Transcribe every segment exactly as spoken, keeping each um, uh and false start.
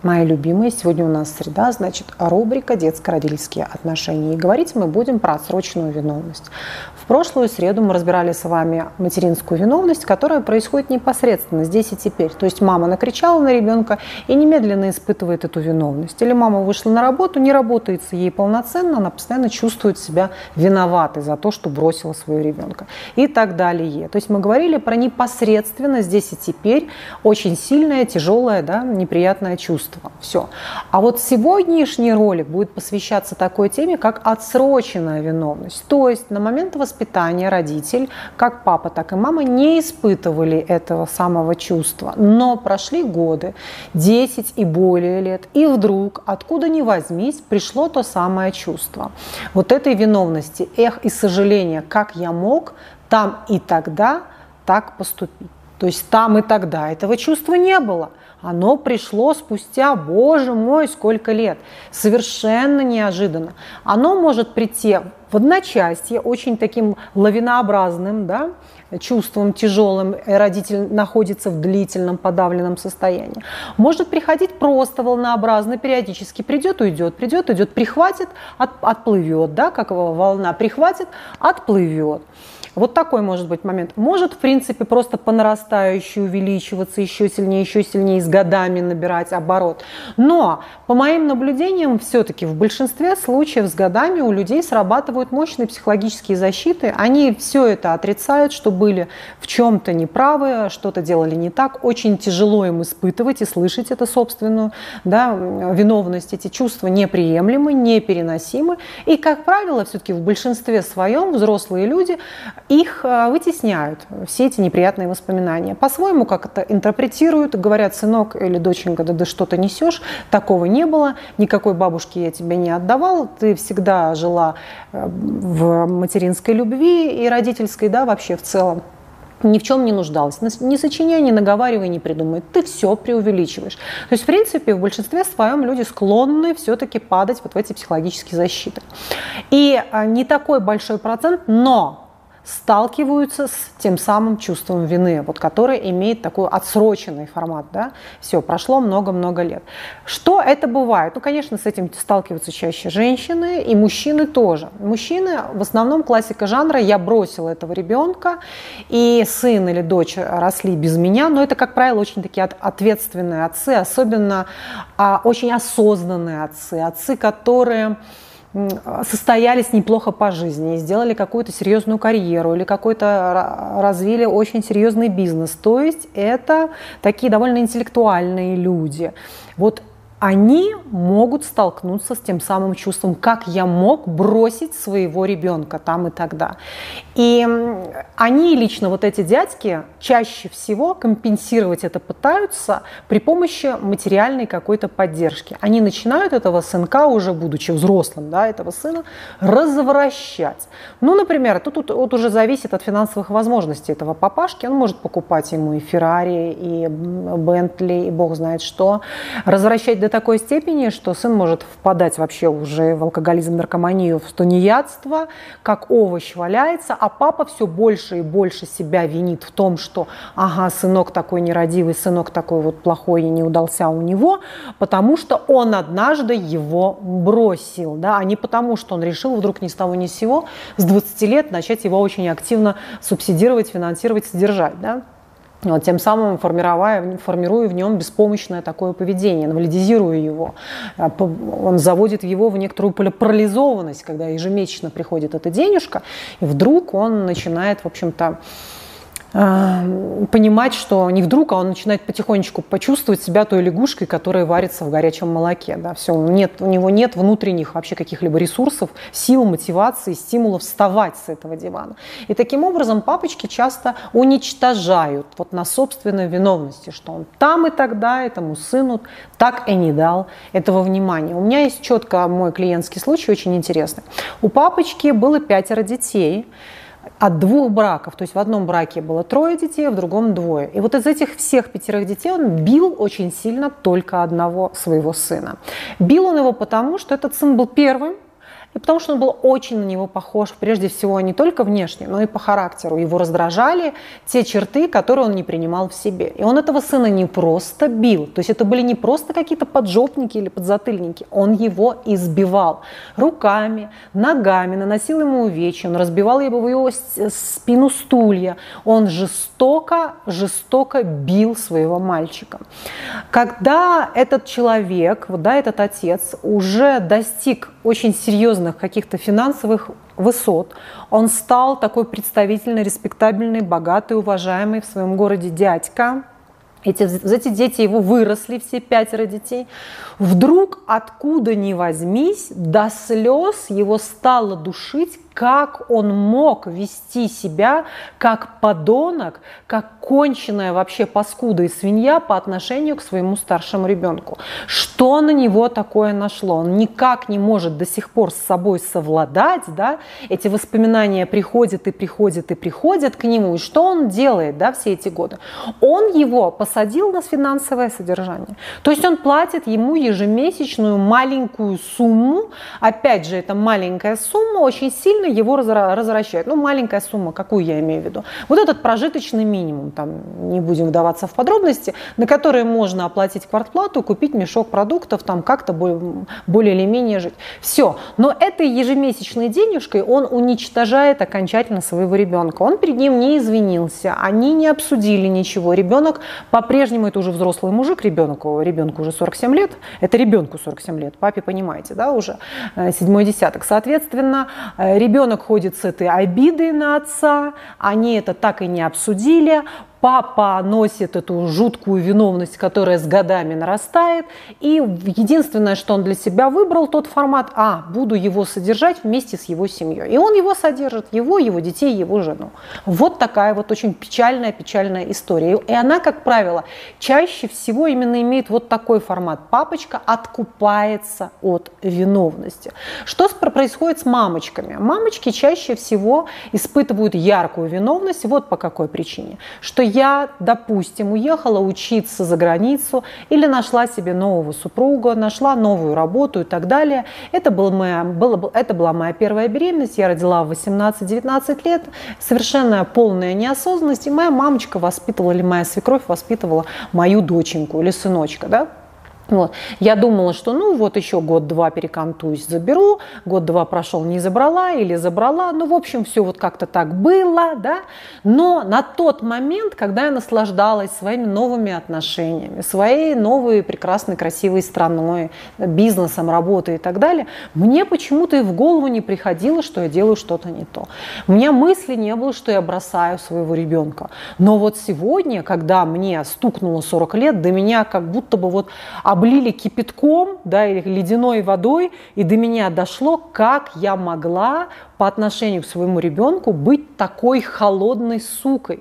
Мои любимые, сегодня у нас среда, значит, рубрика «Детско-родительские отношения». И говорить мы будем про отсроченную виновность. В прошлую среду мы разбирали с вами материнскую виновность, которая происходит непосредственно здесь и теперь. То есть мама накричала на ребенка и немедленно испытывает эту виновность. Или мама вышла на работу, не работается ей полноценно, она постоянно чувствует себя виноватой за то, что бросила своего ребенка. И так далее. То есть мы говорили про непосредственно здесь и теперь очень сильное, тяжелое, да, неприятное чувство. Все. А вот сегодняшний ролик будет посвящаться такой теме, как отсроченная виновность. То есть на момент воспитания родитель, как папа, так и мама, не испытывали этого самого чувства. Но прошли годы, десять и более лет, и вдруг, откуда ни возьмись, пришло то самое чувство. Вот этой виновности, эх и сожаления, как я мог там и тогда так поступить. То есть там и тогда этого чувства не было. Оно пришло спустя, боже мой, сколько лет. Совершенно неожиданно. Оно может прийти в одночасье, очень таким лавинообразным, да, чувством тяжелым, и родитель находится в длительном подавленном состоянии. Может приходить просто волнообразно, периодически придет, уйдет, придет, уйдет, прихватит, от, отплывет, да, как волна, прихватит, отплывет. Вот такой может быть момент. Может, в принципе, просто по нарастающей увеличиваться еще сильнее, еще сильнее, с годами набирать оборот. Но, по моим наблюдениям, все-таки в большинстве случаев с годами у людей срабатывают мощные психологические защиты. Они все это отрицают, что были в чем-то неправы, что-то делали не так. Очень тяжело им испытывать и слышать эту собственную, да, виновность. Эти чувства неприемлемы, непереносимы. И, как правило, все-таки в большинстве своем взрослые люди их вытесняют, все эти неприятные воспоминания. По-своему как это интерпретируют, говорят: сынок или доченька, да, да что ты несешь, такого не было, никакой бабушке я тебя не отдавал, ты всегда жила в материнской любви и родительской, да, вообще в целом. Ни в чем не нуждалась. Не сочиняй, не наговаривай, не придумай. Ты все преувеличиваешь. То есть, в принципе, в большинстве своем люди склонны все-таки падать вот в эти психологические защиты. И не такой большой процент, но сталкиваются с тем самым чувством вины, вот, которое имеет такой отсроченный формат. Да? Все, прошло много-много лет. Что это бывает? Ну, конечно, с этим сталкиваются чаще женщины, и мужчины тоже. Мужчины, в основном классика жанра: я бросила этого ребенка, и сын или дочь росли без меня. Но это, как правило, очень такие ответственные отцы, особенно а, очень осознанные отцы, отцы, которые состоялись неплохо по жизни, сделали какую-то серьезную карьеру или какой-то развили очень серьезный бизнес. То есть это такие довольно интеллектуальные люди. Вот они могут столкнуться с тем самым чувством, как я мог бросить своего ребенка там и тогда. И они лично, вот эти дядьки, чаще всего компенсировать это пытаются при помощи материальной какой-то поддержки. Они начинают этого сынка, уже будучи взрослым, да, этого сына, развращать. Ну, например, тут, тут, тут уже зависит от финансовых возможностей этого папашки. Он может покупать ему и Феррари, и Бентли, и бог знает что. Развращать до такой степени, что сын может впадать вообще уже в алкоголизм, наркоманию, в тунеядство, как овощ валяется, а папа все больше и больше себя винит в том, что ага, сынок такой нерадивый, сынок такой вот плохой и не удался у него, потому что он однажды его бросил, да, а не потому, что он решил вдруг ни с того ни с сего с двадцати лет начать его очень активно субсидировать, финансировать, содержать, да. Вот, тем самым формируя, формируя в нем беспомощное такое поведение, инвалидизируя его. Он заводит его в некоторую парализованность, когда ежемесячно приходит эта денежка, и вдруг он начинает, в общем-то, понимать, что не вдруг, а он начинает потихонечку почувствовать себя той лягушкой, которая варится в горячем молоке. Да, все, нет, у него нет внутренних вообще каких-либо ресурсов, сил, мотивации, стимулов вставать с этого дивана. И таким образом папочки часто уничтожают вот на собственной виновности, что он там и тогда этому сыну так и не дал этого внимания. У меня есть четко мой клиентский случай, очень интересный. У папочки было пятеро детей от двух браков. То есть в одном браке было трое детей, а в другом двое. И вот из этих всех пятерых детей он бил очень сильно только одного своего сына. Бил он его потому, что этот сын был первым, и потому что он был очень на него похож, прежде всего не только внешне, но и по характеру. Его раздражали те черты, которые он не принимал в себе. И он этого сына не просто бил, то есть это были не просто какие-то поджопники или подзатыльники, он его избивал руками, ногами, наносил ему увечья, он разбивал его, его спину стулья, он жестоко, жестоко бил своего мальчика. Когда этот человек, вот, да, этот отец уже достиг очень серьезных каких-то финансовых высот, он стал такой представительный, респектабельный, богатый, уважаемый в своем городе дядька. Эти, эти дети его выросли, все пятеро детей. Вдруг, откуда ни возьмись, до слез его стало душить, как он мог вести себя как подонок, как конченая вообще паскуда и свинья по отношению к своему старшему ребенку. Что на него такое нашло? Он никак не может до сих пор с собой совладать, да? Эти воспоминания приходят и приходят и приходят к нему. И что он делает, да, все эти годы? Он его посадил на финансовое содержание. То есть он платит ему ежемесячную маленькую сумму. Опять же, эта маленькая сумма очень сильно его развращает. Ну, маленькая сумма, какую я имею в виду? Вот этот прожиточный минимум, там, не будем вдаваться в подробности, на который можно оплатить квартплату, купить мешок продуктов, там, как-то более, более или менее жить. Все. Но этой ежемесячной денежкой он уничтожает окончательно своего ребенка. Он перед ним не извинился, они не обсудили ничего. Ребенок по-прежнему, это уже взрослый мужик, ребенку, ребенку уже сорок семь лет, это ребенку сорок семь лет, папе, понимаете, да, уже седьмой десяток. Соответственно, ребенок ходит с этой обидой на отца, они это так и не обсудили. Папа носит эту жуткую виновность, которая с годами нарастает. И единственное, что он для себя выбрал, тот формат, а, буду его содержать вместе с его семьей. И он его содержит, его, его детей, его жену. Вот такая вот очень печальная-печальная история. И она, как правило, чаще всего именно имеет вот такой формат. Папочка откупается от виновности. Что происходит с мамочками? Мамочки чаще всего испытывают яркую виновность. Вот по какой причине. Что я, допустим, уехала учиться за границу или нашла себе нового супруга, нашла новую работу и так далее. Это, был моя, было, это была моя первая беременность, я родила в восемнадцать-девятнадцать лет, совершенно полная неосознанность, и моя мамочка воспитывала, или моя свекровь воспитывала мою доченьку или сыночка, да. Вот. Я думала, что ну вот еще год-два перекантуюсь, заберу, год-два прошел, не забрала или забрала, ну в общем все вот как-то так было, да, но на тот момент, когда я наслаждалась своими новыми отношениями, своей новой прекрасной красивой страной, бизнесом, работой и так далее, мне почему-то и в голову не приходило, что я делаю что-то не то. У меня мысли не было, что я бросаю своего ребенка, но вот сегодня, когда мне стукнуло сорок лет, до меня как будто бы вот облили кипятком, да, или ледяной водой, и до меня дошло, как я могла по отношению к своему ребенку быть такой холодной сукой.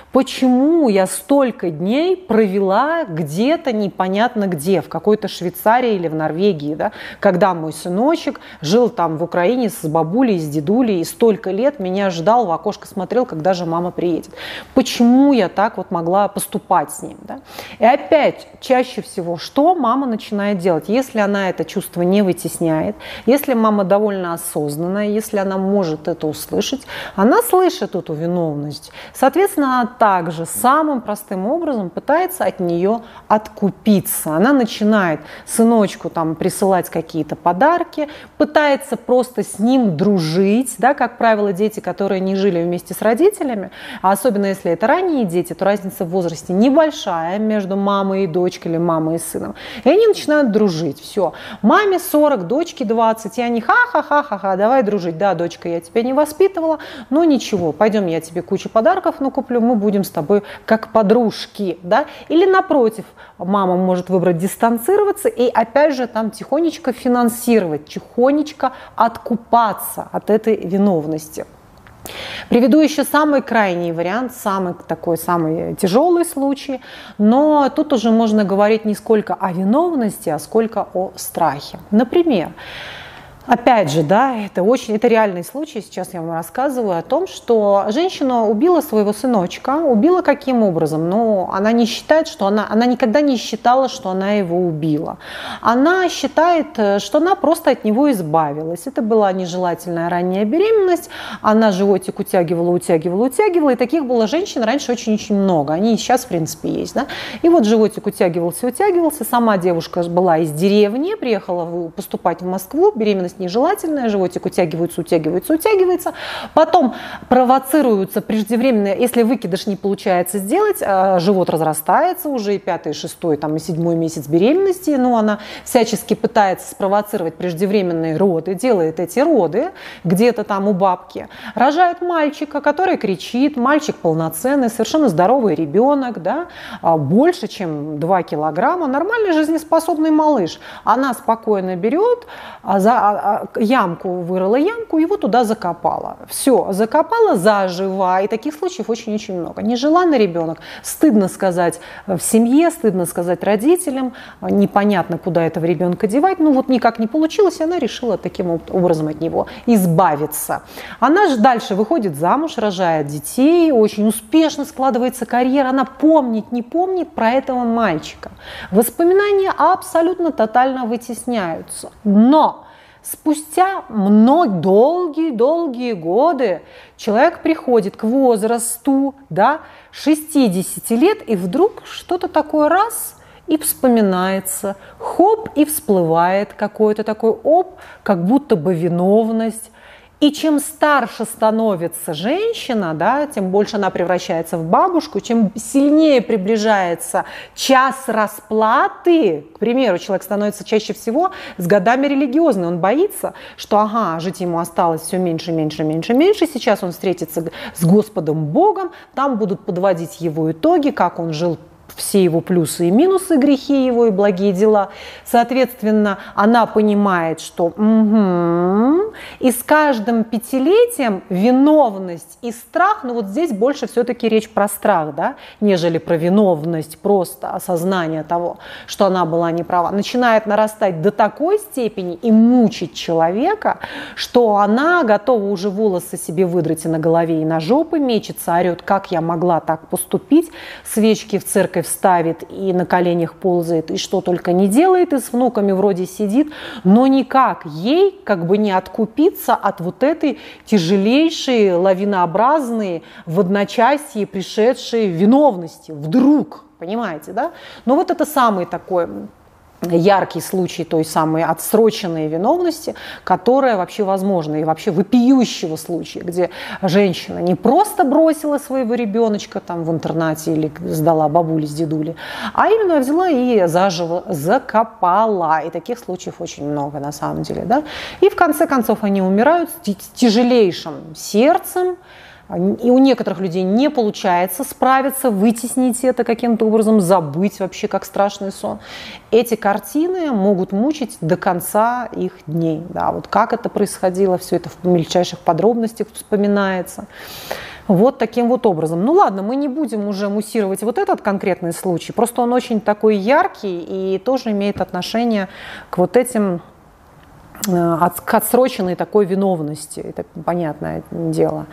Почему я столько дней провела где-то непонятно где, в какой-то Швейцарии или в Норвегии, да, когда мой сыночек жил там в Украине с бабулей, с дедулей, и столько лет меня ждал, в окошко смотрел, когда же мама приедет. Почему я так вот могла поступать с ним? Да? И опять, чаще всего, что мама начинает делать? Если она это чувство не вытесняет, если мама довольно осознанная, если она может это услышать, она слышит эту виновность. Соответственно, она также самым простым образом пытается от нее откупиться. Она начинает сыночку там присылать какие-то подарки, пытается просто с ним дружить. Да, как правило, дети, которые не жили вместе с родителями, а особенно если это ранние дети, то разница в возрасте небольшая между мамой и дочкой или мамой и сыном. И они начинают дружить. Все. Маме сорок, дочке двадцать, и они ха-ха-ха-ха-ха, давай дружить. Да, дочка, я тебя не воспитывала, но ничего, пойдем, я тебе кучу подарков накуплю, мы будем с тобой как подружки, да, или напротив, мама может выбрать дистанцироваться и опять же там тихонечко финансировать, тихонечко откупаться от этой виновности. Приведу еще самый крайний вариант, самый такой самый тяжелый случай, но тут уже можно говорить не сколько о виновности, а сколько о страхе. Например, Опять же, да, это очень, это реальный случай. Сейчас я вам рассказываю о том, что женщина убила своего сыночка. Убила каким образом? Ну, она не считает, что она, она никогда не считала, что она его убила. Она считает, что она просто от него избавилась. Это была нежелательная ранняя беременность. Она животик утягивала, утягивала, утягивала. И таких было женщин раньше очень-очень много. Они и сейчас, в принципе, есть. Да? И вот животик утягивался, утягивался. Сама девушка была из деревни, приехала поступать в Москву. Беременность нежелательная, животик утягивается, утягивается, утягивается. Потом провоцируются преждевременно, если выкидыш не получается сделать, живот разрастается уже и пятый, и шестой, там, и седьмой месяц беременности. Ну, она всячески пытается спровоцировать преждевременные роды, делает эти роды где-то там у бабки. Рожает мальчика, который кричит, мальчик полноценный, совершенно здоровый ребенок, да, больше, чем два килограмма, нормальный жизнеспособный малыш. Она спокойно берет, за ямку, вырыла ямку, его туда закопала. Все, закопала заживо. И таких случаев очень-очень много. Нежеланный ребенок. Стыдно сказать в семье, стыдно сказать родителям. Непонятно, куда этого ребенка девать. Ну вот никак не получилось, и она решила таким образом от него избавиться. Она же дальше выходит замуж, рожает детей, очень успешно складывается карьера. Она помнит, не помнит про этого мальчика. Воспоминания абсолютно тотально вытесняются. Но спустя много, долгие-долгие годы человек приходит к возрасту, да, шестидесяти лет, и вдруг что-то такое раз и вспоминается, хоп, и всплывает какой-то такой оп, как будто бы виновность. И чем старше становится женщина, да, тем больше она превращается в бабушку, чем сильнее приближается час расплаты. К примеру, человек становится чаще всего с годами религиозный. Он боится, что ага, жить ему осталось все меньше, меньше, меньше, меньше. Сейчас он встретится с Господом Богом, там будут подводить его итоги, как он жил, все его плюсы и минусы, грехи его и благие дела. Соответственно, она понимает, что угу, и с каждым пятилетием виновность и страх, ну вот здесь больше все-таки речь про страх, да, нежели про виновность, просто осознание того, что она была неправа, начинает нарастать до такой степени и мучить человека, что она готова уже волосы себе выдрать и на голове, и на жопе, мечется, орет, как я могла так поступить, свечки в церковь ставит и на коленях ползает, и что только не делает, и с внуками вроде сидит, но никак ей как бы не откупиться от вот этой тяжелейшей, лавинообразной, в одночасье пришедшей виновности. Вдруг, понимаете, да? Но вот это самый такой яркий случай той самой отсроченной виновности, которая вообще возможна, и вообще вопиющего случая, где женщина не просто бросила своего ребеночка там в интернате или сдала бабуле с дедулей, а именно взяла и заживо закопала. И таких случаев очень много на самом деле. Да? И в конце концов они умирают с тяжелейшим сердцем. И у некоторых людей не получается справиться, вытеснить это каким-то образом, забыть вообще как страшный сон. Эти картины могут мучить до конца их дней. Да, вот как это происходило, все это в мельчайших подробностях вспоминается. Вот таким вот образом. Ну ладно, мы не будем уже муссировать вот этот конкретный случай, просто он очень такой яркий и тоже имеет отношение к вот этим, к отсроченной такой виновности. Это понятное дело.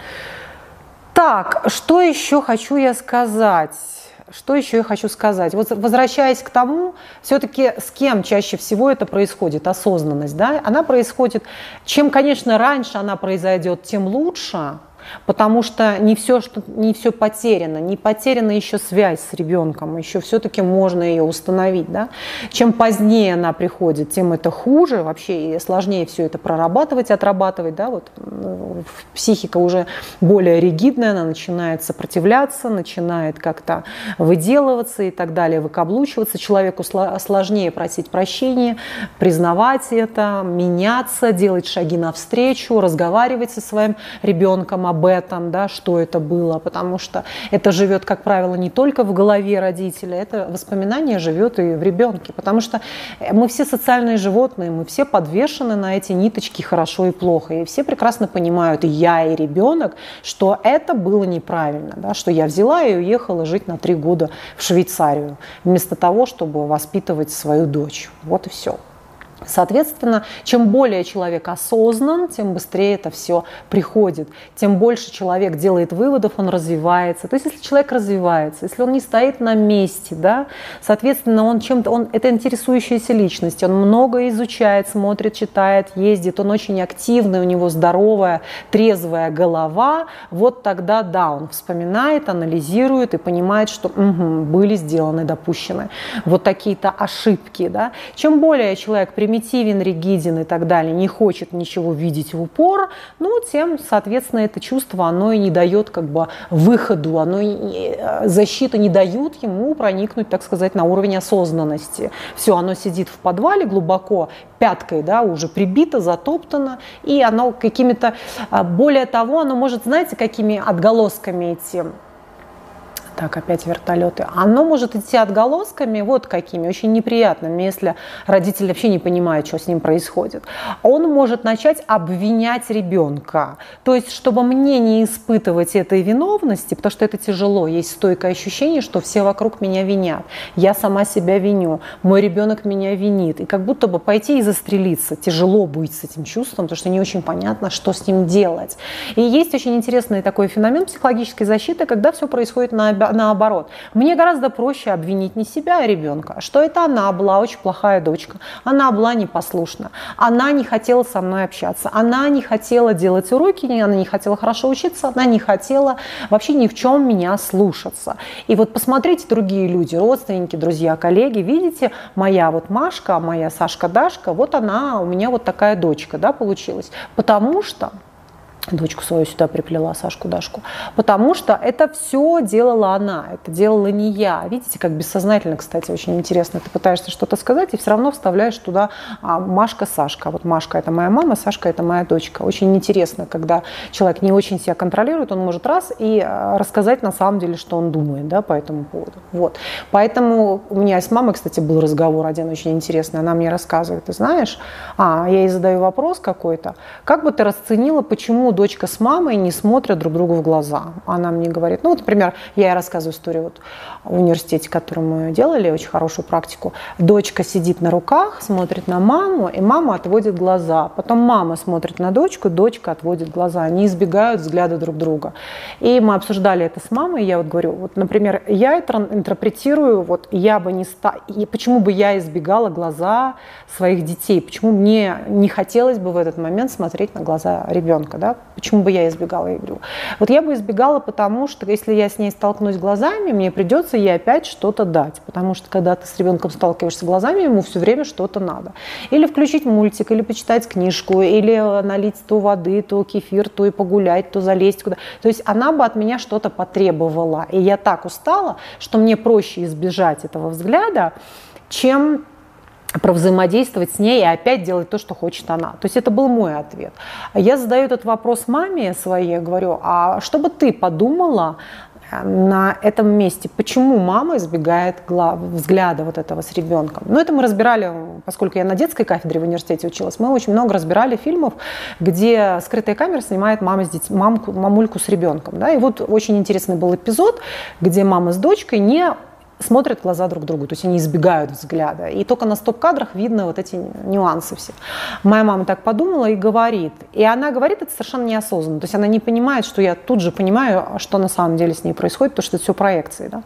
Так, что еще хочу я сказать? Что еще я хочу сказать? Вот возвращаясь к тому, все-таки с кем чаще всего это происходит, осознанность, да? Она происходит, чем, конечно, раньше она произойдет, тем лучше, потому что не все, что, не все потеряно, не потеряна еще связь с ребенком, еще все-таки можно ее установить. Да? Чем позднее она приходит, тем это хуже, вообще и сложнее все это прорабатывать, отрабатывать. Да? Вот, психика уже более ригидная, она начинает сопротивляться, начинает как-то выделываться и так далее, выкаблучиваться. Человеку сложнее просить прощения, признавать это, меняться, делать шаги навстречу, разговаривать со своим ребенком об этом, да, что это было, потому что это живет, как правило, не только в голове родителя, это воспоминание живет и в ребенке, потому что мы все социальные животные, мы все подвешены на эти ниточки хорошо и плохо, и все прекрасно понимают, и я, и ребенок, что это было неправильно, да, что я взяла и уехала жить на три года в Швейцарию, вместо того, чтобы воспитывать свою дочь. Вот и все. Соответственно, чем более человек осознан, тем быстрее это все приходит, тем больше человек делает выводов, он развивается. То есть, если человек развивается, если он не стоит на месте, да, соответственно, он чем-то, он это интересующаяся личность, он много изучает, смотрит, читает, ездит, он очень активный, у него здоровая, трезвая голова, вот тогда, да, он вспоминает, анализирует и понимает, что угу, были сделаны, допущены вот такие-то ошибки, да. Чем более человек примитивен, примитивен, ригиден и так далее, не хочет ничего видеть в упор, ну, тем, соответственно, это чувство, оно и не дает как бы выходу, оно и, защита не дает ему проникнуть, так сказать, на уровень осознанности. Все, оно сидит в подвале глубоко, пяткой, да, уже прибито, затоптано, и оно какими-то, более того, оно может, знаете, какими отголосками идти. Так, опять вертолеты. Оно может идти отголосками, вот какими, очень неприятными, если родители вообще не понимают, что с ним происходит. Он может начать обвинять ребенка. То есть, чтобы мне не испытывать этой виновности, потому что это тяжело, есть стойкое ощущение, что все вокруг меня винят. Я сама себя виню, мой ребенок меня винит. И как будто бы пойти и застрелиться. Тяжело быть с этим чувством, потому что не очень понятно, что с ним делать. И есть очень интересный такой феномен психологической защиты, когда все происходит на наоборот. Мне гораздо проще обвинить не себя, а ребенка, что это она была очень плохая дочка, она была непослушна, она не хотела со мной общаться, она не хотела делать уроки, она не хотела хорошо учиться, она не хотела вообще ни в чем меня слушаться. И вот посмотрите, другие люди, родственники, друзья, коллеги, видите, моя вот Машка, моя Сашка Дашка, вот она, у меня вот такая дочка, да, получилась, потому что дочку свою сюда приплела, Сашку, Дашку. Потому что это все делала она, это делала не я. Видите, как бессознательно, кстати, очень интересно. Ты пытаешься что-то сказать и все равно вставляешь туда а, Машка, Сашка. Вот Машка – это моя мама, Сашка – это моя дочка. Очень интересно, когда человек не очень себя контролирует, он может раз и рассказать на самом деле, что он думает, да, по этому поводу. Вот. Поэтому у меня с мамой, кстати, был разговор один очень интересный. Она мне рассказывает, ты знаешь, а, я ей задаю вопрос какой-то, как бы ты расценила, почему дочка с мамой не смотрят друг другу в глаза. Она мне говорит, ну вот, например, я ей рассказываю историю вот в университете, которую мы делали, очень хорошую практику. Дочка сидит на руках, смотрит на маму, и мама отводит глаза. Потом мама смотрит на дочку, дочка отводит глаза. Они избегают взгляда друг друга. И мы обсуждали это с мамой, и я вот говорю, вот, например, я это интерпретирую, вот я бы не ста... и почему бы я избегала глаза своих детей, почему мне не хотелось бы в этот момент смотреть на глаза ребенка, да? Почему бы я избегала, я говорю. Вот я бы избегала, потому что если я с ней столкнусь глазами, мне придется ей опять что-то дать. Потому что когда ты с ребенком сталкиваешься глазами, ему все время что-то надо. Или включить мультик, или почитать книжку, или налить то воды, то кефир, то и погулять, то залезть куда. То есть она бы от меня что-то потребовала. И я так устала, что мне проще избежать этого взгляда, чем провзаимодействовать с ней и опять делать то, что хочет она. То есть это был мой ответ. Я задаю этот вопрос маме своей, говорю, а что бы ты подумала на этом месте, почему мама избегает взгляда вот этого с ребенком? Ну, это мы разбирали, поскольку я на детской кафедре в университете училась, мы очень много разбирали фильмов, где скрытая камера снимает маму с деть, мамку, мамульку с ребенком. Да? И вот очень интересный был эпизод, где мама с дочкой не смотрят в глаза друг другу, то есть они избегают взгляда. И только на стоп-кадрах видно вот эти нюансы все. Моя мама так подумала и говорит. И она говорит это совершенно неосознанно. То есть она не понимает, что я тут же понимаю, что на самом деле с ней происходит, потому что это все проекции. Да?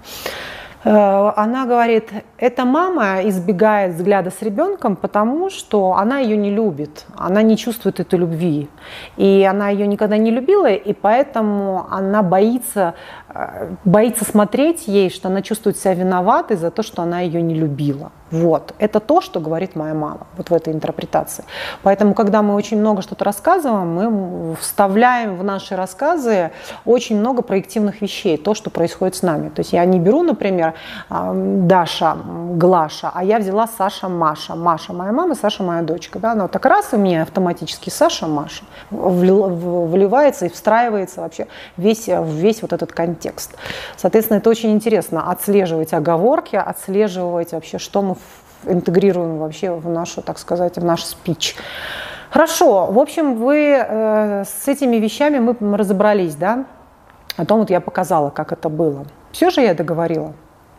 Она говорит, эта мама избегает взгляда с ребенком, потому что она ее не любит, она не чувствует этой любви. И она ее никогда не любила, и поэтому она боится, боится смотреть ей, что она чувствует себя виноватой за то, что она ее не любила. Вот. Это то, что говорит моя мама вот в этой интерпретации. Поэтому, когда мы очень много что-то рассказываем, мы вставляем в наши рассказы очень много проективных вещей, то, что происходит с нами. То есть я не беру, например, Даша, Глаша, а я взяла Саша, Маша. Маша моя мама, Саша моя дочка. Да? Она вот так раз у меня автоматически Саша, Маша вливается и встраивается вообще весь, весь вот этот контекст. Соответственно, это очень интересно отслеживать оговорки, отслеживать вообще, что мы интегрируем вообще в нашу, так сказать, в наш спич. Хорошо, в общем, вы э, с этими вещами мы разобрались, да? О том вот я показала, как это было. Все же я договорила?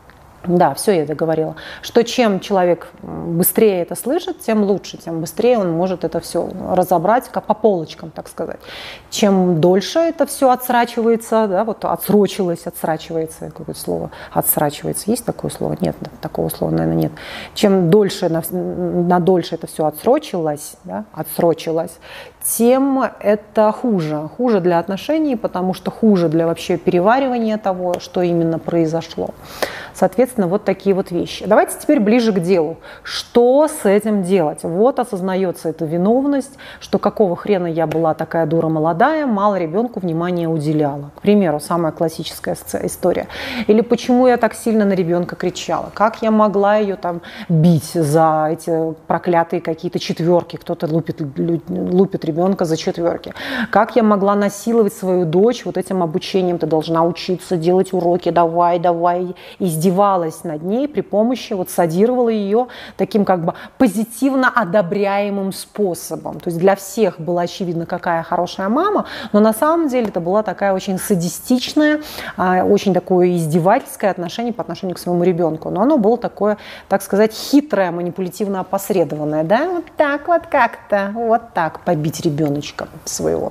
Да, все я договорила. Что чем человек быстрее это слышит, тем лучше, тем быстрее он может это все разобрать, как по полочкам, так сказать. Чем дольше это все отсрачивается, да, вот отсрочилось, отсрачивается, какое-то слово, отсрачивается, есть такое слово? Нет, такого слова, наверное, нет. Чем дольше, на, на дольше это все отсрочилось, да, отсрочилось, тем это хуже. Хуже для отношений, потому что хуже для вообще переваривания того, что именно произошло. Соответственно, вот такие вот вещи. Давайте теперь ближе к делу. Что с этим делать? Вот осознается эта виновность, что какого хрена я была такая дура молодая, мало ребенку внимания уделяла. К примеру, самая классическая история. Или почему я так сильно на ребенка кричала? Как я могла ее там бить за эти проклятые какие-то четверки? Кто-то лупит, лупит ребенка за четверки. Как я могла насиловать свою дочь вот этим обучением? Ты должна учиться, делать уроки, давай, давай, издеваться. Издевалась над ней при помощи, вот садировала ее таким как бы позитивно одобряемым способом. То есть для всех было очевидно, какая хорошая мама, но на самом деле это была такая очень садистичная, очень такое издевательское отношение по отношению к своему ребенку. Но оно было такое, так сказать, хитрое, манипулятивно опосредованное. Да? Вот так вот как-то, вот так побить ребеночка своего.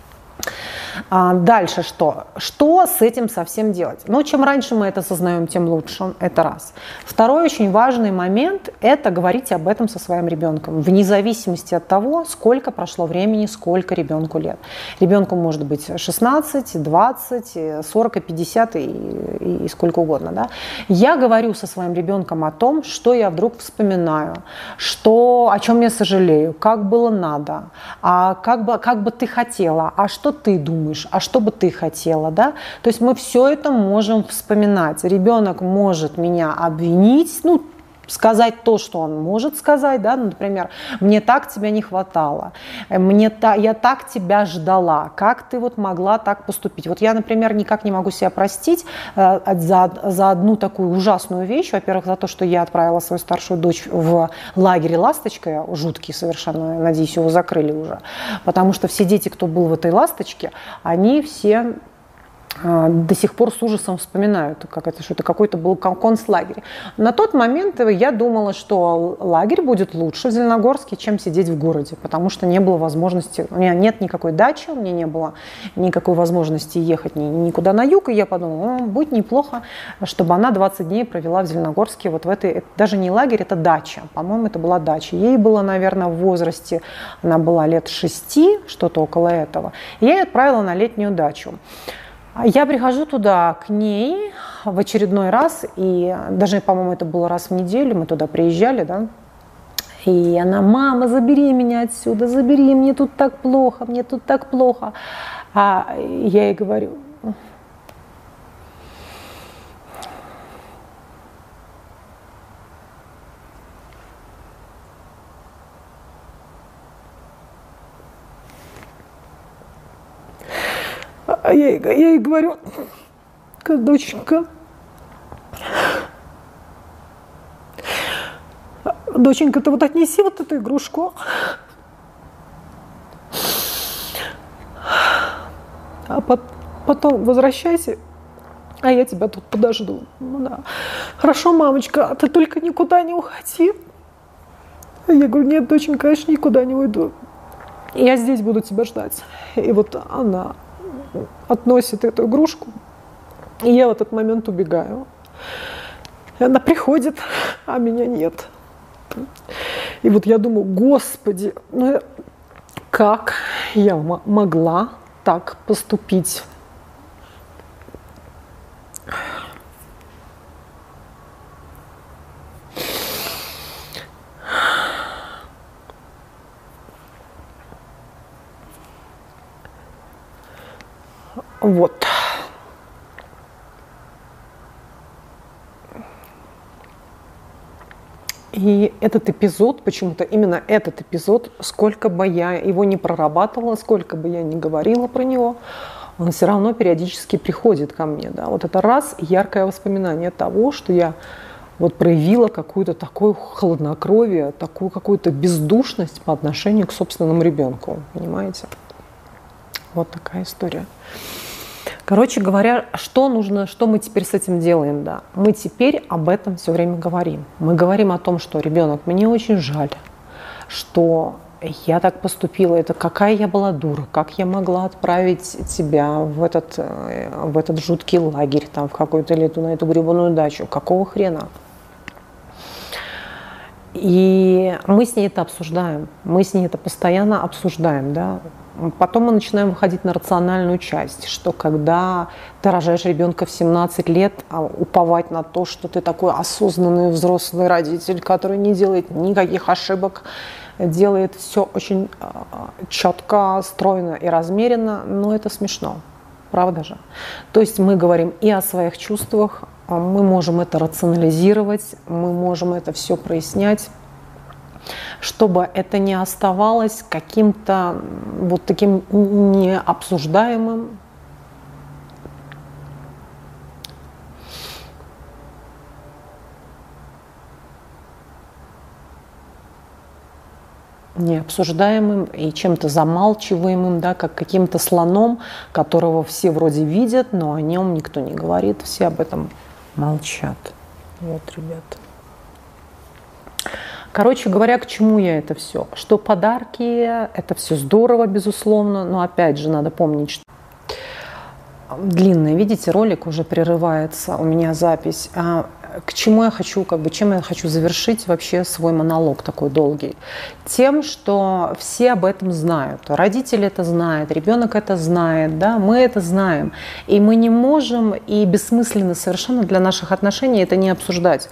Дальше что? Что с этим совсем делать? Ну, чем раньше мы это осознаем, тем лучше. Это раз. Второй очень важный момент – это говорить об этом со своим ребенком, вне зависимости от того, сколько прошло времени, сколько ребенку лет. Ребенку может быть шестнадцать, двадцать, сорок, пятьдесят и, и, и сколько угодно. Да? Я говорю со своим ребенком о том, что я вдруг вспоминаю, что, о чем я сожалею, как было надо, а как бы, как бы ты хотела, а что ты думаешь, а что бы ты хотела, да? То есть мы все это можем вспоминать. Ребенок может меня обвинить, ну, сказать то, что он может сказать, да, ну, например, мне так тебя не хватало, мне та, я так тебя ждала, как ты вот могла так поступить. Вот я, например, никак не могу себя простить э, за, за одну такую ужасную вещь. Во-первых, за то, что я отправила свою старшую дочь в лагерь «Ласточка», жуткий совершенно, надеюсь, его закрыли уже, потому что все дети, кто был в этой «Ласточке», они все до сих пор с ужасом вспоминают, как это, что это какой-то был концлагерь. На тот момент я думала, что лагерь будет лучше в Зеленогорске, чем сидеть в городе, потому что не было возможности, у меня нет никакой дачи, у меня не было никакой возможности ехать никуда на юг, и я подумала, ну, будет неплохо, чтобы она двадцать дней провела в Зеленогорске, вот в этой, это даже не лагерь, это дача, по-моему, это была дача. Ей было, наверное, в возрасте, она была лет шести, что-то около этого, и я ее отправила на летнюю дачу. Я прихожу туда к ней в очередной раз, и даже, по-моему, это было раз в неделю, мы туда приезжали, да, и она: мама, забери меня отсюда, забери, мне тут так плохо, мне тут так плохо. А я ей говорю: А я, я ей говорю: доченька, доченька, ты вот отнеси вот эту игрушку, а потом возвращайся, а я тебя тут подожду. Да. Хорошо, мамочка, а ты только никуда не уходи. Я говорю: нет, доченька, конечно, никуда не уйду. Я здесь буду тебя ждать. И вот она относит эту игрушку, и я в этот момент убегаю. И она приходит, а меня нет. И вот я думаю: Господи, ну как я могла так поступить? Вот. И этот эпизод, почему-то именно этот эпизод, сколько бы я его не прорабатывала, сколько бы я ни говорила про него, он все равно периодически приходит ко мне. Да? Вот это раз яркое воспоминание того, что я вот проявила какую-то такое хладнокровие, такую какую-то бездушность по отношению к собственному ребенку. Понимаете? Вот такая история. Короче говоря, что нужно, что мы теперь с этим делаем? Да? Мы теперь об этом все время говорим. Мы говорим о том, что ребенок, мне очень жаль, что я так поступила, это какая я была дура, как я могла отправить тебя в этот, в этот жуткий лагерь, там, в какую-то лету, на эту гребаную дачу, какого хрена? И мы с ней это обсуждаем, мы с ней это постоянно обсуждаем, да. Потом мы начинаем выходить на рациональную часть, что когда ты рожаешь ребенка в семнадцать лет, уповать на то, что ты такой осознанный взрослый родитель, который не делает никаких ошибок, делает все очень четко, стройно и размеренно, но это смешно, правда же? То есть мы говорим и о своих чувствах, мы можем это рационализировать, мы можем это все прояснять, чтобы это не оставалось каким-то вот таким необсуждаемым. необсуждаемым и чем-то замалчиваемым, да, как каким-то слоном, которого все вроде видят, но о нем никто не говорит, все об этом молчат. Вот, ребята. Короче говоря, к чему я это все? Что подарки, это все здорово, безусловно, но опять же надо помнить, что длинный, видите, ролик уже прерывается, у меня запись. К чему я хочу, как бы, чем я хочу завершить вообще свой монолог такой долгий? Тем, что все об этом знают. Родители это знают, ребенок это знает, да, мы это знаем. И мы не можем, и бессмысленно совершенно для наших отношений это не обсуждать.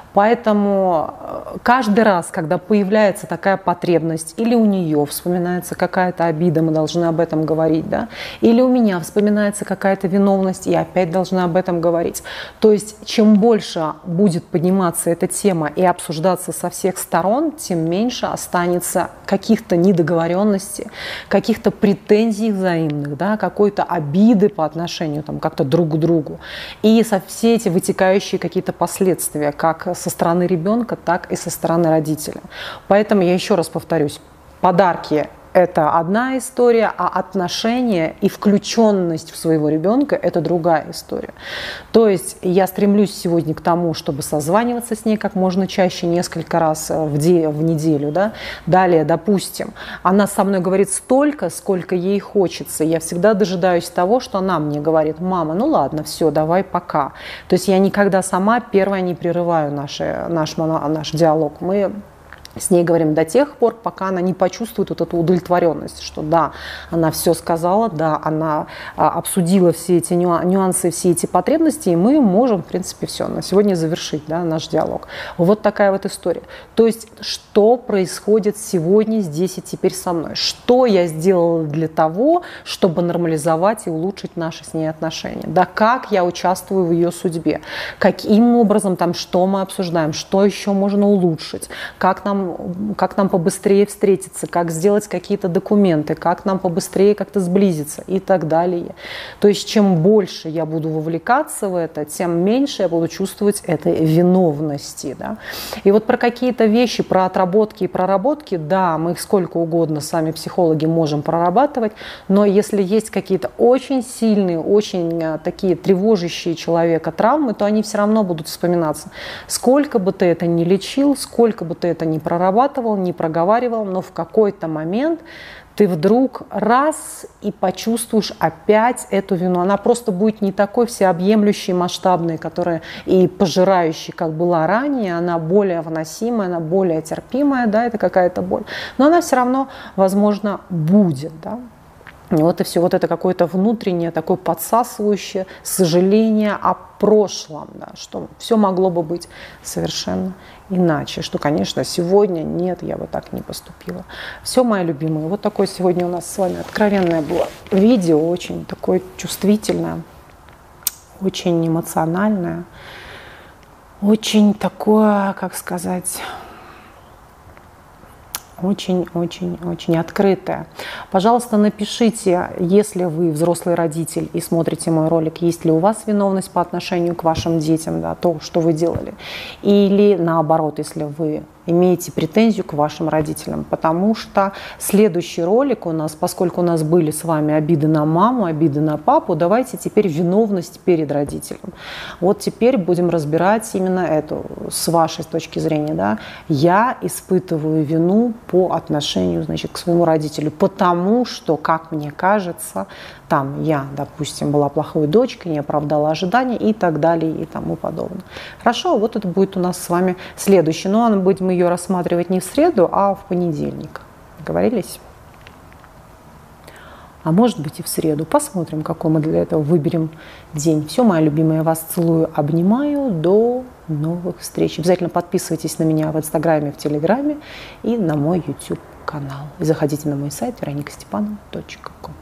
Поэтому каждый раз, когда появляется такая потребность, или у нее вспоминается какая-то обида, мы должны об этом говорить, да? Или у меня вспоминается какая-то виновность, я опять должна об этом говорить. То есть чем больше будет подниматься эта тема и обсуждаться со всех сторон, тем меньше останется каких-то недоговоренностей, каких-то претензий взаимных, да? Какой-то обиды по отношению там, как-то друг к другу. И со все эти вытекающие какие-то последствия, как со стороны ребенка, так и со стороны родителя. Поэтому я еще раз повторюсь, подарки – это одна история, а отношения и включенность в своего ребенка – это другая история. То есть я стремлюсь сегодня к тому, чтобы созваниваться с ней как можно чаще, несколько раз в, де- в неделю. Да? Далее, допустим, она со мной говорит столько, сколько ей хочется. Я всегда дожидаюсь того, что она мне говорит: мама, ну ладно, все, давай, пока. То есть я никогда сама первая не прерываю наши, наш, наш диалог. Мы с ней говорим до тех пор, пока она не почувствует вот эту удовлетворенность, что да, она все сказала, да, она а, обсудила все эти нюансы, все эти потребности, и мы можем, в принципе, все, на сегодня завершить, да, наш диалог. Вот такая вот история. То есть, что происходит сегодня, здесь и теперь со мной? Что я сделала для того, чтобы нормализовать и улучшить наши с ней отношения? Да, как я участвую в ее судьбе? Каким образом, там, что мы обсуждаем? Что еще можно улучшить? Как нам как нам побыстрее встретиться, как сделать какие-то документы, как нам побыстрее как-то сблизиться и так далее. То есть чем больше я буду вовлекаться в это, тем меньше я буду чувствовать этой виновности. Да? И вот про какие-то вещи, про отработки и проработки, да, мы их сколько угодно сами психологи можем прорабатывать, но если есть какие-то очень сильные, очень такие тревожащие человека травмы, то они все равно будут вспоминаться. Сколько бы ты это ни лечил, сколько бы ты это ни прорабатывал, прорабатывал, не проговаривал, но в какой-то момент ты вдруг раз и почувствуешь опять эту вину. Она просто будет не такой всеобъемлющей, масштабной, которая и пожирающей, как была ранее. Она более выносимая, она более терпимая, да, это какая-то боль. Но она все равно, возможно, будет, да. И вот и все, вот это какое-то внутреннее, такое подсасывающее сожаление о прошлом, да, что все могло бы быть совершенно иначе, что, конечно, сегодня нет, я бы так не поступила. Все, мои любимые, вот такое сегодня у нас с вами откровенное было видео, очень такое чувствительное, очень эмоциональное, очень такое, как сказать... Очень-очень-очень открытая. Пожалуйста, напишите, если вы взрослый родитель и смотрите мой ролик, есть ли у вас виновность по отношению к вашим детям, да, то, что вы делали. Или наоборот, если вы имеете претензию к вашим родителям, потому что следующий ролик у нас, поскольку у нас были с вами обиды на маму, обиды на папу, давайте теперь виновность перед родителем. Вот теперь будем разбирать именно эту, с вашей точки зрения. Да? Я испытываю вину по отношению, значит, к своему родителю, потому что, как мне кажется, там я, допустим, была плохой дочкой, не оправдала ожидания и так далее и тому подобное. Хорошо, вот это будет у нас с вами следующий. Но будем ее рассматривать не в среду, а в понедельник. Договорились? А может быть и в среду. Посмотрим, какой мы для этого выберем день. Все, моя любимая, вас целую, обнимаю. До новых встреч. Обязательно подписывайтесь на меня в Инстаграме, в Телеграме и на мой YouTube канал. И заходите на мой сайт вероника степанова точка ком.